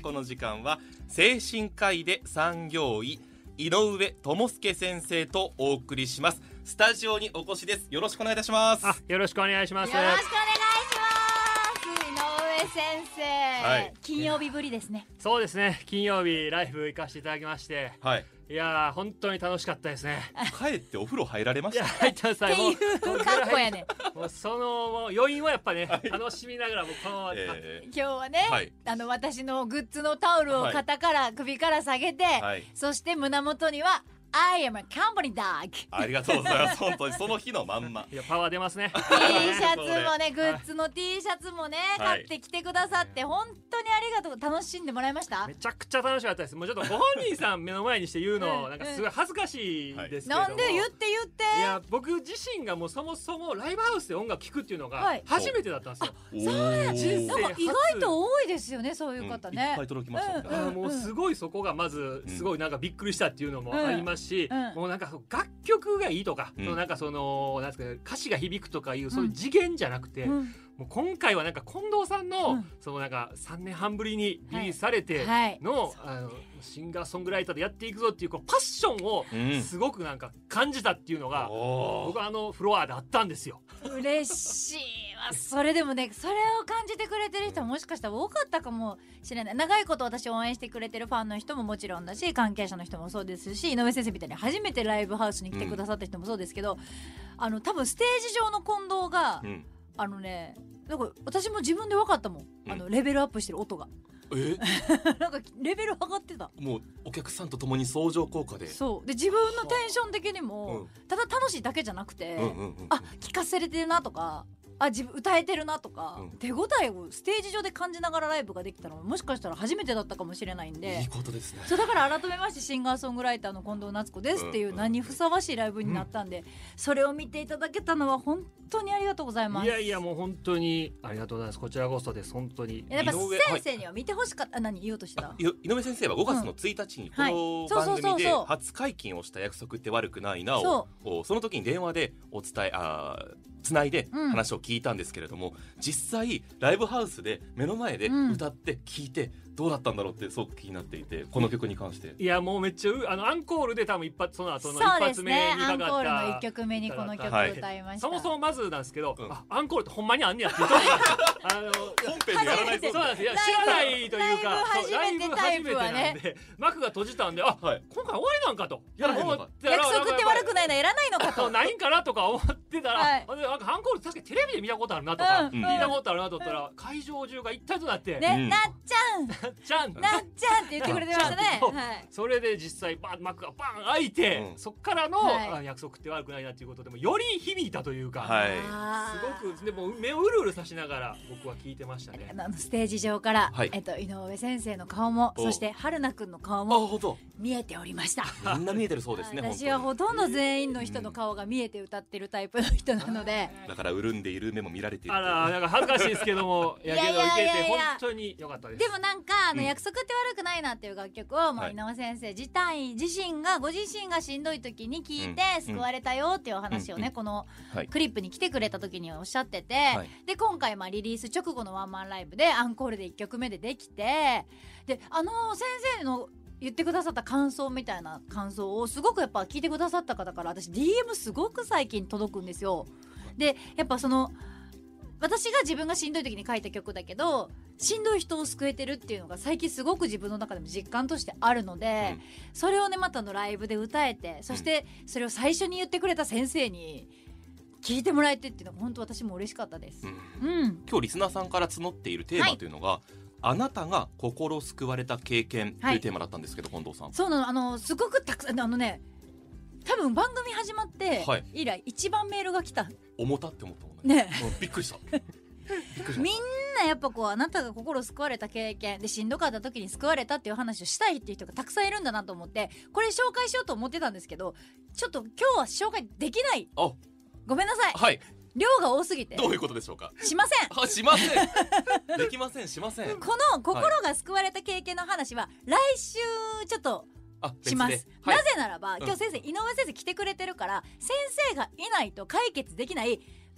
この時間は精神科医で産業医井上智介先生とお送りします。スタジオにお越しです。よろしくお願いいたします。 よろしくお願いします。 よろしくお願いします。井上先生、 はい、 金曜日ぶりですね。 そうですね、金曜日ライブ行かせていただきまして、 はい、 いやー本当に楽しかったですね。 帰ってお風呂入られました？ いや入ってください。 っていう格好やね。 もうその余韻はやっぱね、楽しみながらもこの、 今日はね、 はい、 私のグッズのタオルを肩から、首から下げて、はい、そして胸元にはI am a company dog。 ありがとうございます。本当にその日のまんま。 いやパワー出ますね。 T シャツもね、グッズの T シャツもね、買ってきてくださって本当にありがとう。楽しんでもらいました？ めちゃくちゃ楽しかったです。もうちょっとご本人さん目の前にして言うのなんかすごい恥ずかしいですけども、 なんで言って。 いや僕自身がもうそもそもライブハウスで音楽聴くっていうのが初めてだったんですよ。 そうや、 人生なんか意外と多いですよね、そういう方ね。 いっぱい届きましたね。 もうすごいそこがまずすごいなんかびっくりしたっていうのもありますし、もうなんか楽曲がいいとか、なんかそのなんですか、歌詞が響くとかいうそういう次元じゃなくて、もう今回はなんか近藤さんのそのなんか3年半ぶりにリリースされてのシンガーソングライターでやっていくぞっていうこのパッションをすごくなんか感じたっていうのが僕はフロアであったんですよ。 嬉しいわ。それでもね、それを感じてくれてる人ももしかしたら多かったかもしれない。長いこと私を応援してくれてるファンの人ももちろんだし、関係者の人もそうですし、井上先生みたいに初めてライブハウスに来てくださった人もそうですけど、多分ステージ上の近藤が、なんか私も自分で分かったもん、レベルアップしてる音がなんかレベル上がってた。もうお客さんと共に相乗効果で、 そうで自分のテンション的にも、ただ楽しいだけじゃなくて、聞かせれてるなとか、自分歌えてるなとか、手応えをステージ上で感じながらライブができたのももしかしたら初めてだったかもしれないんで、 いいことですね。 そうだから改めましてシンガーソングライターの近藤夏子ですっていう名にふさわしいライブになったんで、それを見ていただけたのは本当にありがとうございます。 いやもう本当にありがとうございます。こちらこそです。本当にやっぱ先生には見てほしかった。何言おうとした？ 井上先生は5月の1日にこの番組で初解禁をした約束って悪くないなをその時に電話でつないで話を聞いたんですけれども、実際ライブハウスで目の前で歌って聞いてどうだったんだろうってすごく気になっていて、この曲に関して。 いやもうめっちゃアンコールで多分その後の一発目にかかった、 アンコールの1曲目にこの曲歌いました。 そもそもまずなんですけど、アンコールってほんまにあんねやって言うと本編でやらないと。 そうなんです。いや知らないというか、 ライブ初めてなんで幕が閉じたんで、今回終わりなんかと約束って悪くないのやらないのかとないんかなとか思ってたら、なんかアンコール確かにテレビで見たことあるなとか、聞いたことあるなと思ったら、会場中が一体となってね、なっちゃんって言ってくれてましたね。 それで実際幕がバン開いて、そっからの約束って悪くないなっていうことでもより響いたというか、すごくでも目をうるうるさしながら僕は聞いてましたね。 ステージ上から、井上先生の顔も、そして春菜くんの顔も見えておりました。 みんな見えてるそうですね。 私はほとんど全員の人の顔が見えて歌ってるタイプの人なので、 だから潤んでいる目も見られている。 なんか恥ずかしいですけども、やけどいけて本当に良かったです。 でもなんか約束って悪くないなっていう楽曲を、井上先生ご自身がしんどい時に聞いて救われたよっていうお話をね、このクリップに来てくれた時におっしゃってて、で今回リリース直後のワンマンライブでアンコールで1曲目でできて、で先生の言ってくださった感想みたいな感想をすごくやっぱ聞いてくださった方から私 DM すごく最近届くんですよ。でやっぱ私が自分がしんどい時に書いた曲だけどしんどい人を救えてるっていうのが最近すごく自分の中でも実感としてあるので、それをねまたのライブで歌えて、そしてそれを最初に言ってくれた先生に聞いてもらえてっていうのが本当私も嬉しかったです。 今日リスナーさんから募っているテーマというのが、あなたが心救われた経験というテーマだったんですけど、近藤さん。 そうなの、すごくたくさん多分番組始まって以来一番メールが来た。 重たって思ったもんね。びっくりしたみんなやっぱあなたが心救われた経験でしんどかった時に救われたっていう話をしたいっていう人がたくさんいるんだなと思って、これ紹介しようと思ってたんですけど、ちょっと今日は紹介できない。ごめんなさい。量が多すぎて。 どういうことでしょうか。 しません。 しません。できません。しません。 この心が救われた経験の話は来週ちょっとします。なぜならば今日井上先生来てくれてるから、先生がいないと解決できない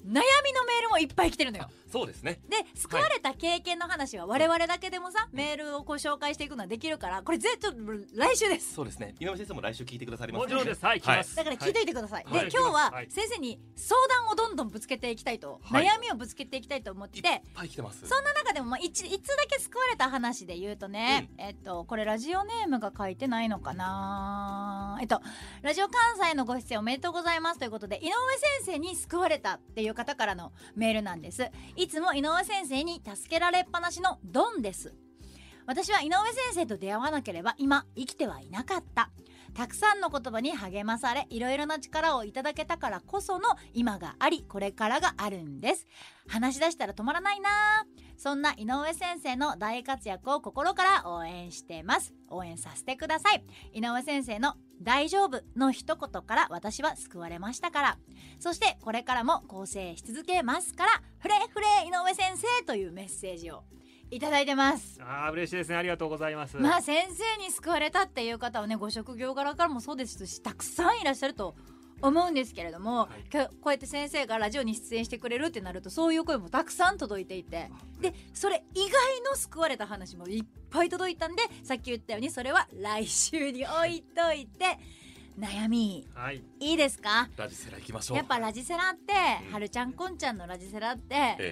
悩みのメールもいっぱい来てるのよ。 そうですね。 で救われた経験の話は我々だけでもさ、メールをこう紹介していくのはできるから、これちょっと来週です。 そうですね。井上先生も来週聞いてくださりますね。 もちろんです。はい、来ます。 だから聞いといてください。で今日は先生に相談をどんどんぶつけていきたいと、悩みをぶつけていきたいと思って、いっぱい来てます。 そんな中でもいつだけ救われた話で言うとね、これラジオネームが書いてないのかな。ラジオ関西のご出演おめでとうございますということで、井上先生に救われたっていう方からのメールなんです。いつも井上先生に助けられっぱなしのドンです。私は井上先生と出会わなければ今生きてはいなかった。たくさんの言葉に励まされ、いろいろな力をいただけたからこその今があり、これからがあるんです。話し出したら止まらないな。そんな井上先生の大活躍を心から応援してます。応援させてください。井上先生の大丈夫の一言から私は救われましたから。そしてこれからも構成し続けますから、フレフレ井上先生というメッセージをいただいてます。 嬉しいですね。ありがとうございます。 先生に救われたっていう方はね、ご職業柄からもそうですし、たくさんいらっしゃると思うんですけれども、こうやって先生がラジオに出演してくれるってなると、そういう声もたくさん届いていて、でそれ以外の救われた話もいっぱい届いたんで、さっき言ったようにそれは来週に置いといて、悩み、いいですか。 ラジセラ行きましょう。 やっぱラジセラって、はるちゃんこんちゃんのラジセラって、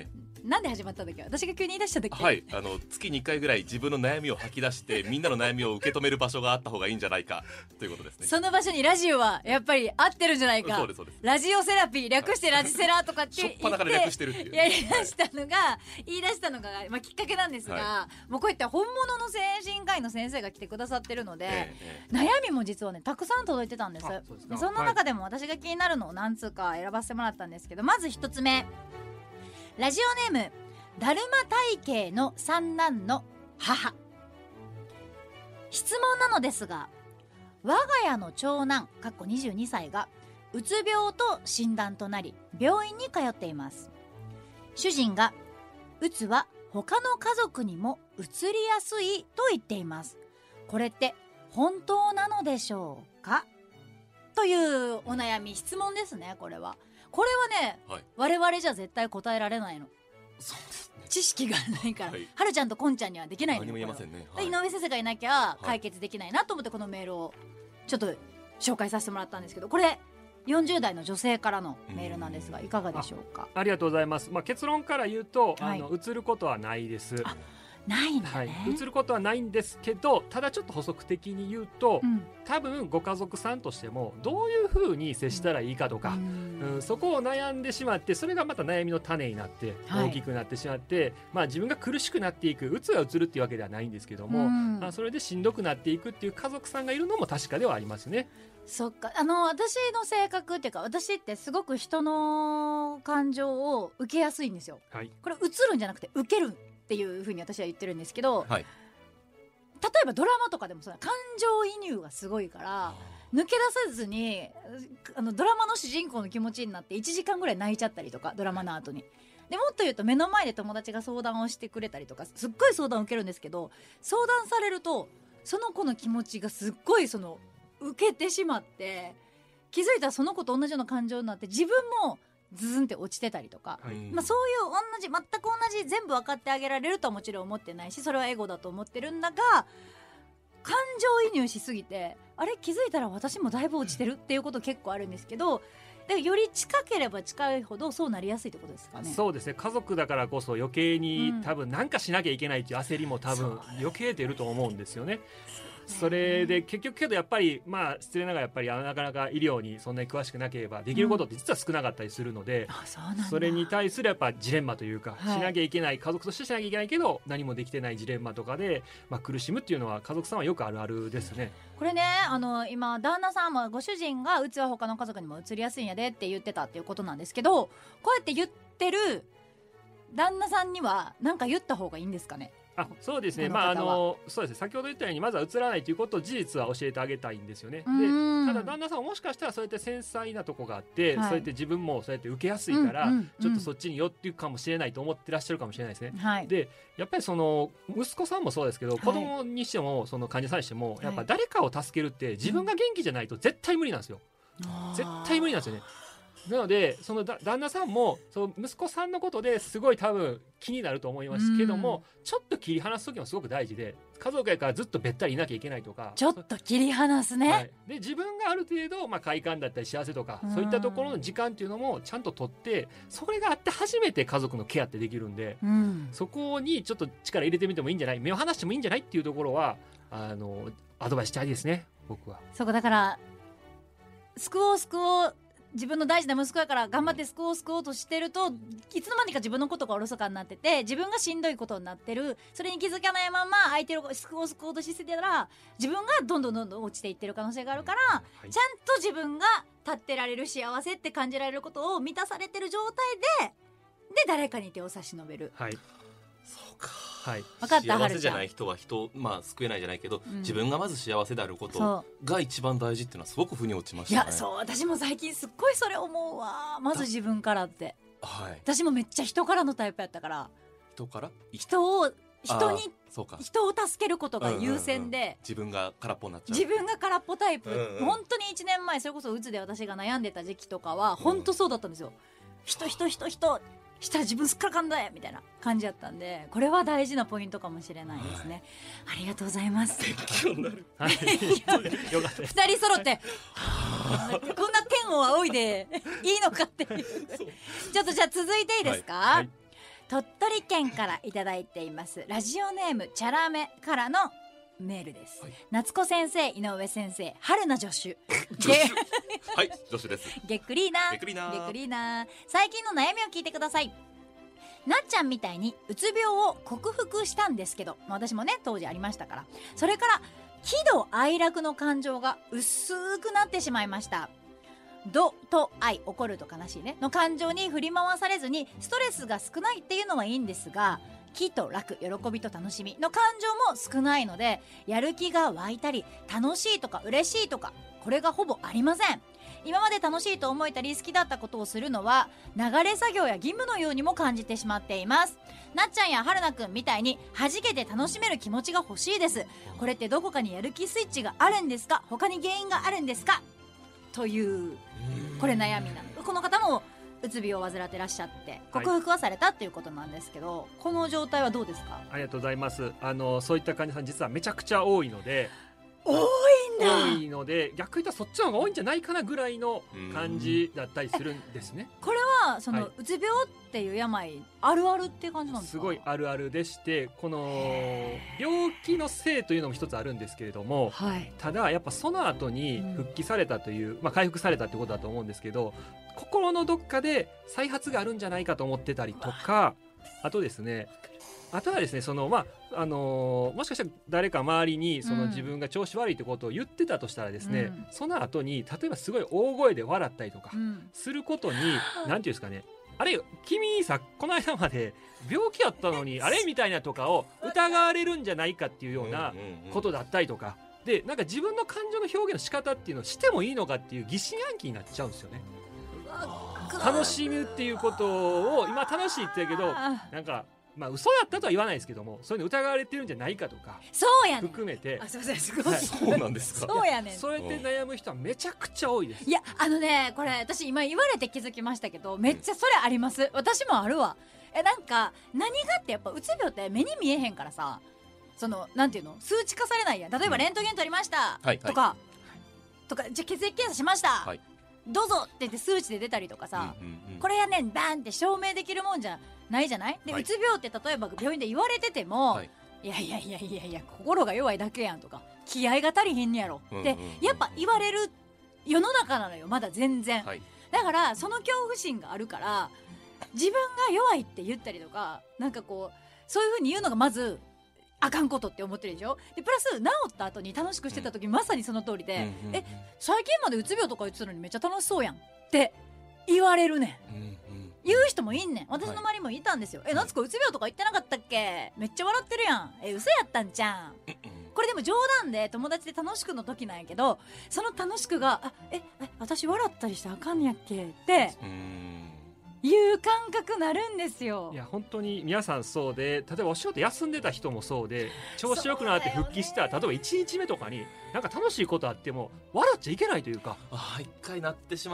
なんで始まったんだっけ。私が急に言い出したんだっけ。 月に1回ぐらい自分の悩みを吐き出してみんなの悩みを受け止める場所があった方がいいんじゃないかということですね。 その場所にラジオはやっぱり合ってるんじゃないか。 そうですそうです。 ラジオセラピー、略してラジセラとかって言ってしょっぱなから略してるっていう、 言い出したのがきっかけなんですが、もうこういった本物の精神科医の先生が来てくださってるので、悩みも実はねたくさん届いてたんです。そんな中でも私が気になるのを何通か選ばせてもらったんですけど、まず一つ目、ラジオネームだるま体型の三男の母。質問なのですが、我が家の長男22歳がうつ病と診断となり病院に通っています。主人がうつは他の家族にもうつりやすいと言っています。これって本当なのでしょうか、というお悩み、質問ですね。これはね、我々じゃ絶対答えられないの。 そうですね、 知識がないから、はるちゃんとこんちゃんにはできないのよ。 何も言えませんね。 井上先生がいなきゃ解決できないなと思って、このメールをちょっと紹介させてもらったんですけど、これ40代の女性からのメールなんですが、いかがでしょうか。 ありがとうございます。結論から言うと、うつることはないです。 ないんだね。 うつることはないんですけど、ただちょっと補足的に言うと、多分ご家族さんとしてもどういうふうに接したらいいかとか、そこを悩んでしまって、それがまた悩みの種になって大きくなってしまって、自分が苦しくなっていく、うつがうつるっていうわけではないんですけども、それでしんどくなっていくっていう家族さんがいるのも確かではありますね。 そっか、私の性格っていうか、私ってすごく人の感情を受けやすいんですよ。これうつるんじゃなくて受けるっていうふうに私は言ってるんですけど、例えばドラマとかでも感情移入がすごいから抜け出さずにドラマの主人公の気持ちになって1時間ぐらい泣いちゃったりとか、ドラマの後に。でもっと言うと目の前で友達が相談をしてくれたりとか、すっごい相談を受けるんですけど、相談されるとその子の気持ちがすっごい受けてしまって、気づいたらその子と同じような感情になって、自分もズズンって落ちてたりとか、そういう全く同じ全部分かってあげられるとはもちろん思ってないし、それはエゴだと思ってるんだが、感情移入しすぎて、あれ気づいたら私もだいぶ落ちてるっていうこと結構あるんですけど、でより近ければ近いほどそうなりやすいってことですかね。 そうですね、家族だからこそ余計に、多分何かしなきゃいけないっていう焦りも多分余計出ると思うんですよね。それで結局けどやっぱり失礼ながらやっぱりなかなか医療にそんなに詳しくなければできることって実は少なかったりするので、それに対するやっぱジレンマというか、しなきゃいけない、家族としてしなきゃいけないけど何もできてないジレンマとかで、苦しむっていうのは家族さんはよくあるあるですね。 これね、今旦那さんもご主人がうつは他の家族にもうつりやすいんやでって言ってたっていうことなんですけど、こうやって言ってる旦那さんには何か言った方がいいんですかね。 そうですね、そうですね、先ほど言ったようにまずはうつらないということを事実は教えてあげたいんですよね。でただ旦那さんはもしかしたらそうやって繊細なとこがあって、そうやって自分もそうやって受けやすいから、ちょっとそっちに寄っていくかもしれないと思ってらっしゃるかもしれないですね。でやっぱり息子さんもそうですけど、子供にしてもその患者さんにしても、やっぱ誰かを助けるって自分が元気じゃないと絶対無理なんですよ。絶対無理なんですよね。 なのでその旦那さんもその息子さんのことですごい多分気になると思いますけども、ちょっと切り離す時もすごく大事で、家族やからずっとべったりいなきゃいけないとか、 ちょっと切り離すね、 はい、で自分がある程度、快感だったり幸せとかそういったところの時間っていうのもちゃんと取って、それがあって初めて家族のケアってできるんで、そこにちょっと力入れてみてもいいんじゃない、目を離してもいいんじゃないっていうところはアドバイスしたいですね、僕は。 そこだから救おう自分の大事な息子やから頑張って救おうとしてると、いつの間にか自分のことがおろそかになってて、自分がしんどいことになってる、それに気づかないまま相手を救おうとしてたら自分がどんどん落ちていってる可能性があるから、ちゃんと自分が立ってられる幸せって感じられることを満たされてる状態で誰かに手を差し伸べる。 そうか、 分かった。 幸せじゃない人は人、救えないじゃないけど、自分がまず幸せであることが一番大事っていうのはすごく腑に落ちましたね。 いや、そう、私も最近すっごいそれ思うわ。まず自分からって、私もめっちゃ人からのタイプやったから、人を助けることが優先で、 自分が空っぽになっちゃう。 自分が空っぽタイプ、本当に1年前それこそ鬱で私が悩んでた時期とかは本当そうだったんですよ。人したら自分すっからかんだよみたいな感じだったんで、これは大事なポイントかもしれないですね。ありがとうございます。 勉強になる。 よかった。 2人揃ってこんな天を仰いでいいのかっていうちょっとじゃあ続いていいですか。鳥取県からいただいています。ラジオネームチャラメからのメールです。夏子先生、井上先生、春菜助手はい、助手です。 げっくりーな最近の悩みを聞いてください。なっちゃんみたいにうつ病を克服したんですけど、私もね当時ありましたから、それから喜怒哀楽の感情が薄くなってしまいました。怒と愛、怒ると悲しいねの感情に振り回されずにストレスが少ないっていうのはいいんですが、喜と楽、喜びと楽しみの感情も少ないので、やる気が湧いたり楽しいとか嬉しいとか、これがほぼありません。今まで楽しいと思えたり好きだったことをするのは流れ作業や義務のようにも感じてしまっています。なっちゃんやはるなくんみたいに弾けて楽しめる気持ちが欲しいです。これってどこかにやる気スイッチがあるんですか、他に原因があるんですか、というこれ悩みなの。この方もうつ病を患ってらっしゃって克服はされたっていうことなんですけど、この状態はどうですか。 ありがとうございます。そういった患者さん実はめちゃくちゃ多いので、逆に言ったらそっちの方が多いんじゃないかなぐらいの感じだったりするんですね。 これはその、うつ病っていう病あるあるっていう感じなんですか。 すごいあるあるでして、この病気のせいというのも一つあるんですけれども、ただやっぱその後に復帰されたという、回復されたってことだと思うんですけど、心のどっかで再発があるんじゃないかと思ってたりとか、あとはですね、そのもしかしたら誰か周りにその自分が調子悪いってことを言ってたとしたらですね、その後に例えばすごい大声で笑ったりとかすることに、なんていうんですかね、あれ君さこの間まで病気やったのにあれみたいなとかを疑われるんじゃないかっていうようなことだったりとかで、なんか自分の感情の表現の仕方っていうのをしてもいいのかっていう疑心暗鬼になっちゃうんですよね。楽しむっていうことを今楽しいって言ったけど、なんか嘘だったとは言わないですけども、そういうの疑われてるんじゃないかとか含めて、 そうなんですか。 そうやねん。 それで悩む人はめちゃくちゃ多いです。 いやこれ私今言われて気づきましたけど、めっちゃそれあります。私もあるわ。なんか何がってやっぱうつ病って目に見えへんからさ、そのなんていうの、数値化されないやん。例えばレントゲン取りましたとかじゃあ血液検査しました、どうぞって言って数値で出たりとかさ、これやねんバンって証明できるもんじゃないじゃない。で、うつ病って例えば病院で言われてても、いや心が弱いだけやんとか気合が足りへんやろってやっぱ言われる世の中なのよ、まだ全然。だからその恐怖心があるから、自分が弱いって言ったりとか、なんかこうそういう風に言うのがまずあかんことって思ってるでしょ。でプラス治った後に楽しくしてた時、まさにその通りで、最近までうつ病とか言ってたのにめっちゃ楽しそうやんって言われるねん、言う人もいんねん。私の周りもいたんですよ。夏子うつ病とか言ってなかったっけ、めっちゃ笑ってるやん、嘘やったんじゃん。これでも冗談で友達で楽しくの時なんやけど、その楽しくが私笑ったりしてあかんやっけっていう感覚なるんですよ。 いや本当に皆さんそうで、例えばお仕事休んでた人もそうで、調子よくなって復帰した、例えば1日目とかになんか楽しいことあっても笑っちゃいけないというか、 一回なってしまっ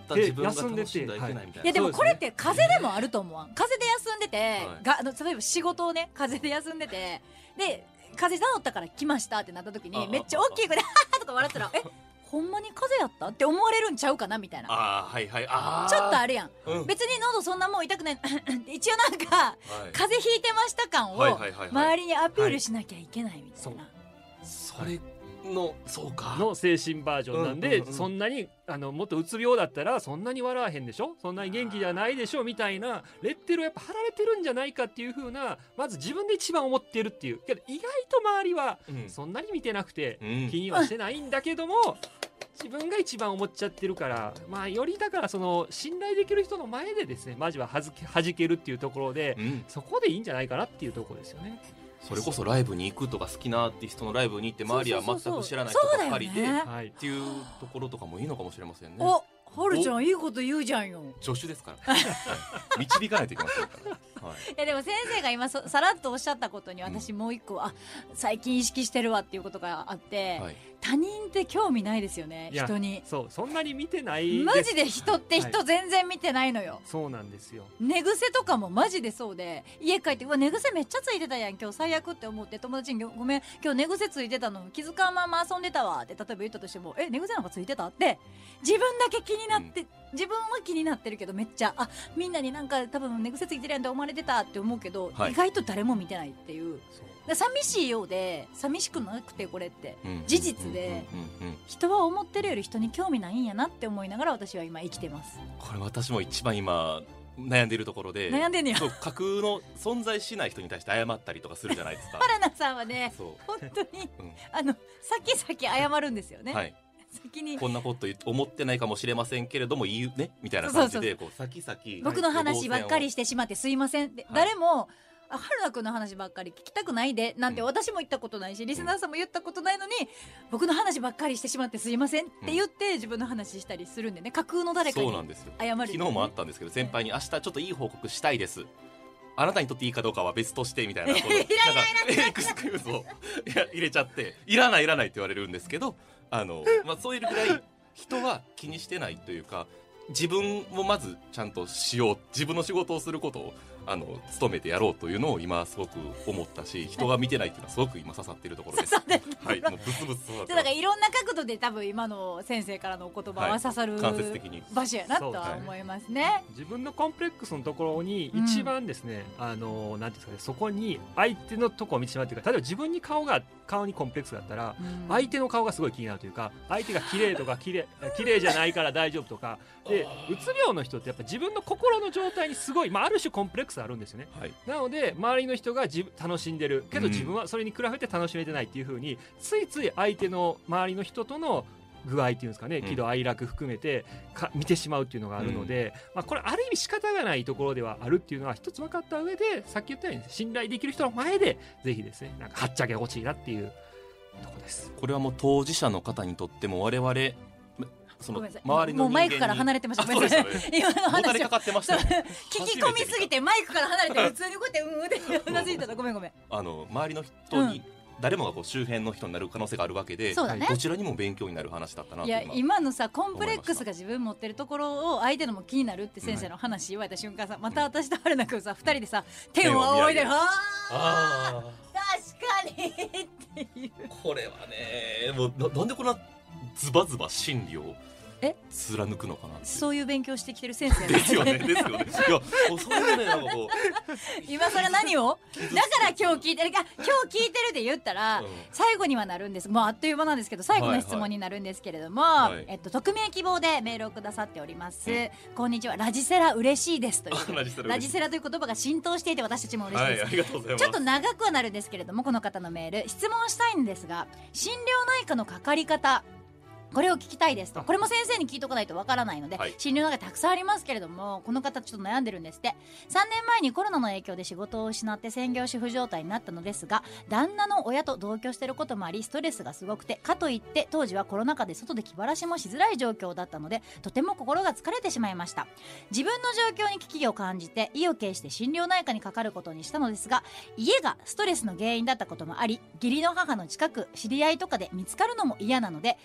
った自分が楽しんだらいけないみたいな。 いやでもこれって風邪でもあると思わん。風邪で休んでて、例えば仕事をね風邪で休んでて、で風邪治ったから来ましたってなった時にめっちゃ大きい声でハハとか笑ったらほんまに風邪やったって思われるんちゃうかなみたいな。 はいはい。 ちょっとあるやん、別に喉そんなもん痛くない一応なんか、風邪ひいてました感を周りにアピールしなきゃいけないみたいな、 それのそうかの精神バージョンなんで、そんなにもっとうつ病だったらそんなに笑わへんでしょ、そんなに元気じゃないでしょみたいなレッテルをやっぱ貼られてるんじゃないかっていう風な、まず自分で一番思ってるっていう。けど意外と周りはそんなに見てなくて気にはしてないんだけども、自分が一番思っちゃってるから、まあよりだからその信頼できる人の前でですね、まずは弾けるっていうところで、そこでいいんじゃないかなっていうところですよね。 それこそライブに行くとか好きなアーティストのライブに行って周りは全く知らない人ばっかりでっていうところとかもいいのかもしれませんね。 お、はるちゃんいいこと言うじゃんよ。 助手ですから導かないといけませんから、いやでも先生が今さらっとおっしゃったことに私もう一個、最近意識してるわっていうことがあって、他人って興味ないですよね。人にそんなに見てないマジで人って人全然見てないのよ。 そうなんですよ。 寝癖とかもマジでそうで、家帰ってうわ寝癖めっちゃついてたやん今日最悪って思って友達にごめん今日寝癖ついてたの気づかんまま遊んでたわって例えば言ったとしても寝癖なんかついてたって自分だけ気になって、自分は気になってるけどめっちゃみんなになんか多分寝癖ついてるやんって思われてたって思うけど、意外と誰も見てないっていう。寂しいようで寂しくなくてこれって事実で、人は思ってるより人に興味ないんやなって思いながら私は今生きてます。 これ私も一番今悩んでいるところで、 悩んでんねや。 架空の存在しない人に対して謝ったりとかするじゃないですか。 原田さんはね本当に、先謝るんですよね。先にこんなこと思ってないかもしれませんけれども言うねみたいな感じで先僕の話ばっかりしてしまってすいませんって、誰も春菜くんの話ばっかり聞きたくないでなんて私も言ったことないし、リスナーさんも言ったことないのに僕の話ばっかりしてしまってすいませんって言って自分の話したりするんでね、架空の誰かに謝る、 昨日もあったんですけど、先輩に明日ちょっといい報告したいです、あなたにとっていいかどうかは別としてみたいなことなんかエクスキューズを入れちゃっていらないって言われるんですけど、そういうぐらい人は気にしてないというか、自分をまずちゃんとしよう、自分の仕事をすることを努めてやろうというのを今すごく思ったし、人が見てないっていうのはすごく今刺さっているところです。もうブツブツ刺さってます。 だからいろんな角度で多分今の先生からのお言葉は刺さる、 間接的に場所やなとは思いますね。 自分のコンプレックスのところに一番ですね、なんていうんですかね、そこに相手のところを見てしまうというか、例えば自分に顔にコンプレックスがあったら、相手の顔がすごい気になるというか、相手が綺麗とか綺麗じゃないから大丈夫とかで、うつ病の人ってやっぱ自分の心の状態にすごい、ある種コンプレックスがあるんですよね。なので周りの人が楽しんでるけど自分はそれに比べて楽しめてないっていう風に、ついつい相手の周りの人との具合っていうんですかね、喜怒哀楽含めて見てしまうっていうのがあるので、これある意味仕方がないところではあるっていうのは一つ分かった上で、さっき言ったように信頼できる人の前でぜひですね、なんかはっちゃけほしいなっていうところです。 これはもう当事者の方にとっても我々その周りの人間にもうマイクから離れてました。 そうですよね。 今の話もたれかかってましたね。 聞き込みすぎてマイクから離れて普通にこうやってってうなずいたらごめん。 周りの人に、誰もが周辺の人になる可能性があるわけで、どちらにも勉強になる話だったなと。 いや今のさコンプレックスが自分持ってるところを相手のも気になるって先生の話言われた瞬間さ、また私と春菜くんさ2人でさ天を仰いで、確かにっていう。 これはね、もうなんでこんなズバズバ真理を貫くのかなって、 そういう勉強してきてる先生ですよね。いやそういうね、なんかこう今更何をだから今日聞いてるで言ったら、最後にはなるんです。もうあっという間なんですけど最後の質問になるんですけれども、匿名希望でメールをくださっております。こんにちは、ラジセラ嬉しいですというラジセラという言葉が浸透していて私たちも嬉しいです。 ありがとうございます。 ちょっと長くはなるんですけれども、この方のメール質問したいんですが、心療内科のかかり方これを聞きたいですと。これも先生に聞いとかないとわからないので、診療内科たくさんありますけれども、この方ちょっと悩んでるんですって。3年前にコロナの影響で仕事を失って専業主婦状態になったのですが、旦那の親と同居していることもありストレスがすごくて、かといって当時はコロナ禍で外で気晴らしもしづらい状況だったので、とても心が疲れてしまいました。自分の状況に危機を感じて意を決して心療内科にかかることにしたのですが、家がストレスの原因だったこともあり、義理の母の近く知り合いとかで見つかるのも嫌なので、少し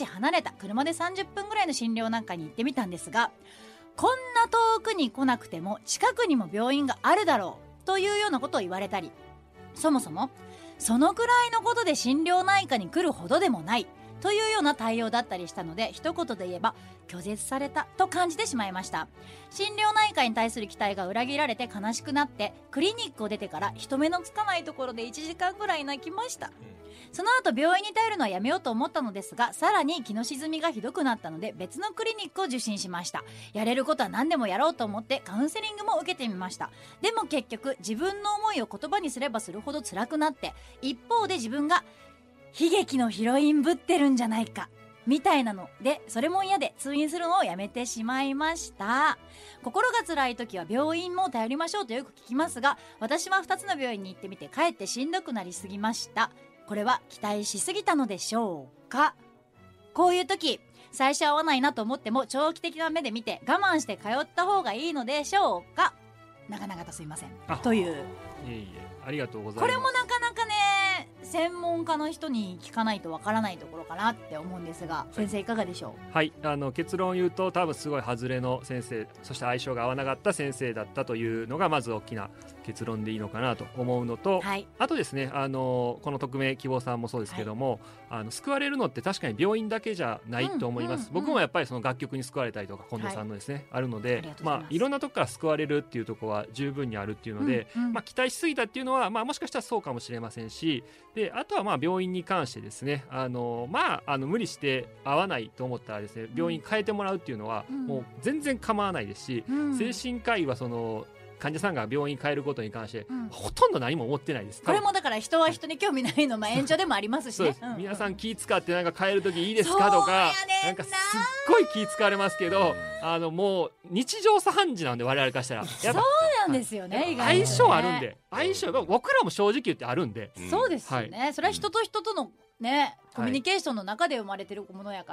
離れた車で30分ぐらいの心療内科に行ってみたんですが、こんな遠くに来なくても近くにも病院があるだろうというようなことを言われたり、そもそもそのくらいのことで心療内科に来るほどでもないというような対応だったりしたので、一言で言えば拒絶されたと感じてしまいました。心療内科に対する期待が裏切られて悲しくなって、クリニックを出てから人目のつかないところで1時間ぐらい泣きました。その後病院に頼るのはやめようと思ったのですが、さらに気の沈みがひどくなったので別のクリニックを受診しました。やれることは何でもやろうと思ってカウンセリングも受けてみました。でも結局自分の思いを言葉にすればするほど辛くなって、一方で自分が悲劇のヒロインぶってるんじゃないかみたいなので、それも嫌で通院するのをやめてしまいました。心が辛い時は病院も頼りましょうとよく聞きますが、私は2つの病院に行ってみてかえってしんどくなりすぎました。これは期待しすぎたのでしょうか。こういう時、最初合わないなと思っても長期的な目で見て我慢して通った方がいいのでしょうか。長々とすいませんという。 ありがとうございます。 これもなかなかね、専門家の人に聞かないとわからないところかなって思うんですが、先生いかがでしょう。 はい、結論を言うと、多分すごい外れの先生、そして相性が合わなかった先生だったというのがまず大きな結論でいいのかなと思うのと、 はい、 あとですね、この匿名希望さんもそうですけども、はい、救われるのって確かに病院だけじゃないと思います。僕もやっぱりその楽曲に救われたりとか近藤さんのですね、はい、あるので、いろんなとこから救われるっていうところは十分にあるっていうので、期待しすぎたっていうのは、もしかしたらそうかもしれませんし、であとは病院に関してですね、無理して合わないと思ったらですね、病院変えてもらうっていうのはもう全然構わないですし、精神科医はその患者さんが病院変えることに関して、ほとんど何も思ってないです。 これもだから人は人に興味ないの延長でもありますしね。 皆さん気使ってなんか変える時いいですかとか、なんかすっごい気使われますけど、もう日常茶飯事なんで我々からしたらそうなんですよね。 相性あるんで、相性僕らも正直言ってあるんで、 そうですよね。それは人と人とのね、コミュニケーションの中で生まれてるものやから、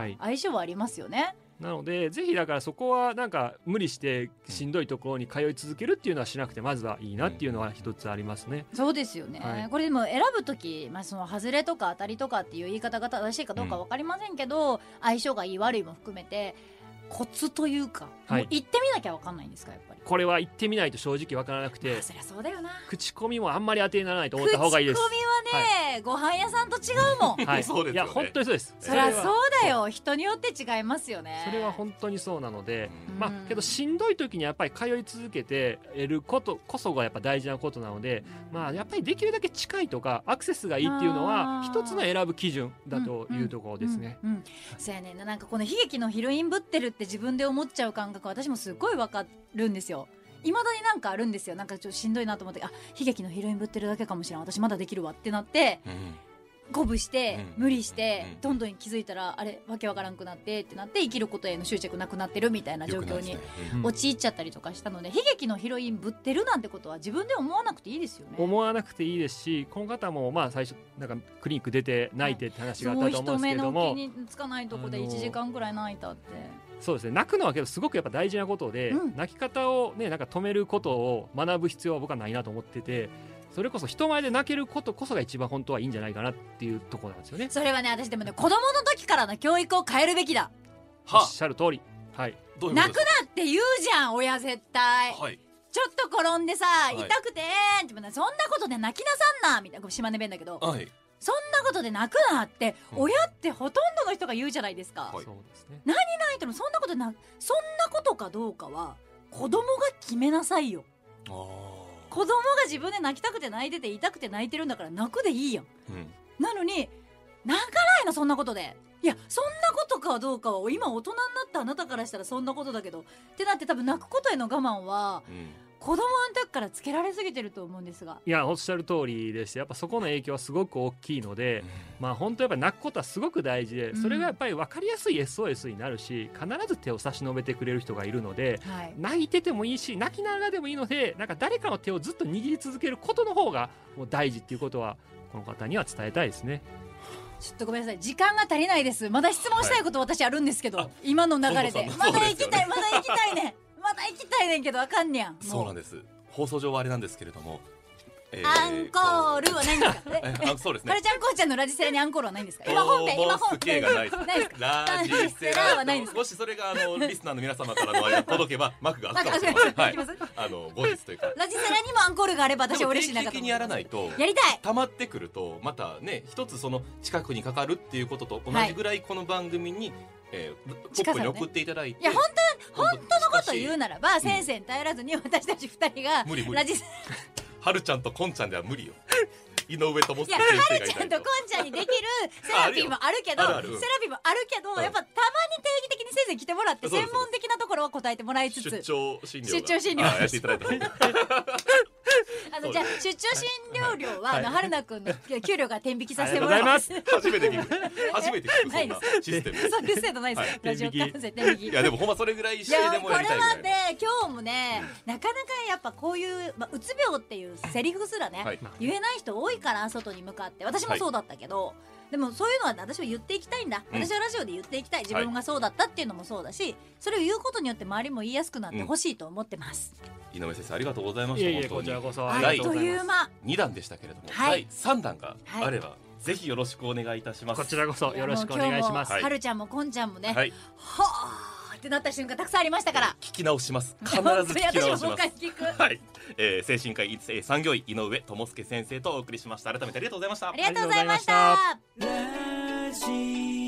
相性はありますよね。 なのでぜひだからそこはなんか無理してしんどいところに通い続けるっていうのはしなくて、まずはいいなっていうのは一つありますね。 そうですよね、これでも選ぶとき、その外れとか当たりとかっていう言い方が正しいかどうか分かりませんけど、相性がいい悪いも含めてコツというか、もう行ってみなきゃ分かんないんですか。やっぱりこれは行ってみないと正直分からなくて、 そりゃそうだよな。 口コミもあんまり当てにならないと思った方がいいです。 口コミはね、ご飯屋さんと違うもん。 はい、そうですよね。 いや本当にそうです。 そりゃそうだよ、人によって違いますよね。 それは本当にそうなので、けどしんどい時にやっぱり通い続けて得ることこそがやっぱ大事なことなので、やっぱりできるだけ近いとかアクセスがいいっていうのは一つの選ぶ基準だというところですね。 そうやね。なんかこの悲劇のヒロインぶってるって自分で思っちゃう感覚、私もすごい分かるんですよ。未だになんかあるんですよ。なんかちょっとしんどいなと思って、悲劇のヒロインぶってるだけかもしれん、私まだできるわってなって、鼓舞して無理してどんどん気づいたらあれわけわからんくなってってなって、生きることへの執着なくなってるみたいな状況に陥っちゃったりとかしたので、悲劇のヒロインぶってるなんてことは自分で思わなくていいですよね。 思わなくていいですし、この方も最初なんかクリニック出て泣いてって話があったと思うんですけども、 人目の気につかないとこで1時間ぐらい泣いたって。 そうですね、泣くのはけどすごくやっぱ大事なことで、泣き方をねなんか止めることを学ぶ必要は僕はないなと思ってて、それこそ人前で泣けることこそが一番本当はいいんじゃないかなっていうところなんですよね。 それはね、私でもね、子供の時からの教育を変えるべきだ。 おっしゃる通り。はい。 泣くなって言うじゃん親絶対。はい。ちょっと転んでさ、痛くてってそんなことで泣きなさんなみたいな、島根弁だけど、はい、そんなことで泣くなって親ってほとんどの人が言うじゃないですか。そうですね。何泣いてもそんなことかどうかは子供が決めなさいよ。子供が自分で泣きたくて泣いてて痛くて泣いてるんだから泣くでいいやん、なのに泣かないのそんなことで。いや、そんなことかどうかは今大人になったあなたからしたらそんなことだけどってなって、多分泣くことへの我慢は、子供の時からつけられすぎてると思うんですが。 いやおっしゃる通りでして、やっぱそこの影響はすごく大きいので、本当やっぱり泣くことはすごく大事で、それがやっぱり分かりやすい SOS になるし、必ず手を差し伸べてくれる人がいるので、泣いててもいいし泣きながらでもいいので、なんか誰かの手をずっと握り続けることの方がもう大事っていうことはこの方には伝えたいですね。 ちょっとごめんなさい、時間が足りないです。まだ質問したいこと私あるんですけど、今の流れでまだ行きたいねまだ行きたいねんけどあかんねやん。 そうなんです。放送上はあれなんですけれども、 アンコールはないんですか？ そうですね。 はるちゃんこうちゃんのラジセラにアンコールはないんですか？今本編がないです。 ないですか？ ラジセラはないんです。もしそれがリスナーの皆様からの間届けば幕が開くかもしれません。はい。後日というか。 ラジセラにもアンコールがあれば私は嬉しいなと思って。 定期的にやらないとやりたい。 溜まってくるとまたね一つその近くにかかるっていうことと同じぐらいこの番組にポップに送っていただいて、 いや本当のこと言うならば先生に頼らずに私たち2人がラジはるちゃんとこんちゃんでは無理よ。井上智介先生がいないと。 はるちゃんとこんちゃんにできるセラピーもあるけど、やっぱたまに定期的に先生来てもらって専門的なところは答えてもらいつつ、 出張診療やっていただいた。 じゃあ出張診療料は春菜くんの給料から天引きさせてもらいます。 初めて聞くそんなシステム。 そういう制度ないですか？ラジオ関西天引き。 いやでもほんまそれぐらいしてでもやりたいぐらい。 これはね今日もねなかなかやっぱこういううつ病っていうセリフすらね言えない人多いから外に向かって、私もそうだったけど。でもそういうのは私は言っていきたいんだ、私はラジオで言っていきたい、自分がそうだったっていうのもそうだし、それを言うことによって周りも言いやすくなってほしいと思ってます。 井上先生ありがとうございました。本当にこちらこそあっという間 2弾でしたけれども、第3弾があればぜひよろしくお願いいたします。 こちらこそよろしくお願いします。 はるちゃんもこんちゃんもね、はーってなった瞬間たくさんありましたから聞き直します。必ず聞き直します。はい、精神科医産業医井上智介先生とお送りしました。改めてありがとうございました。 ありがとうございました。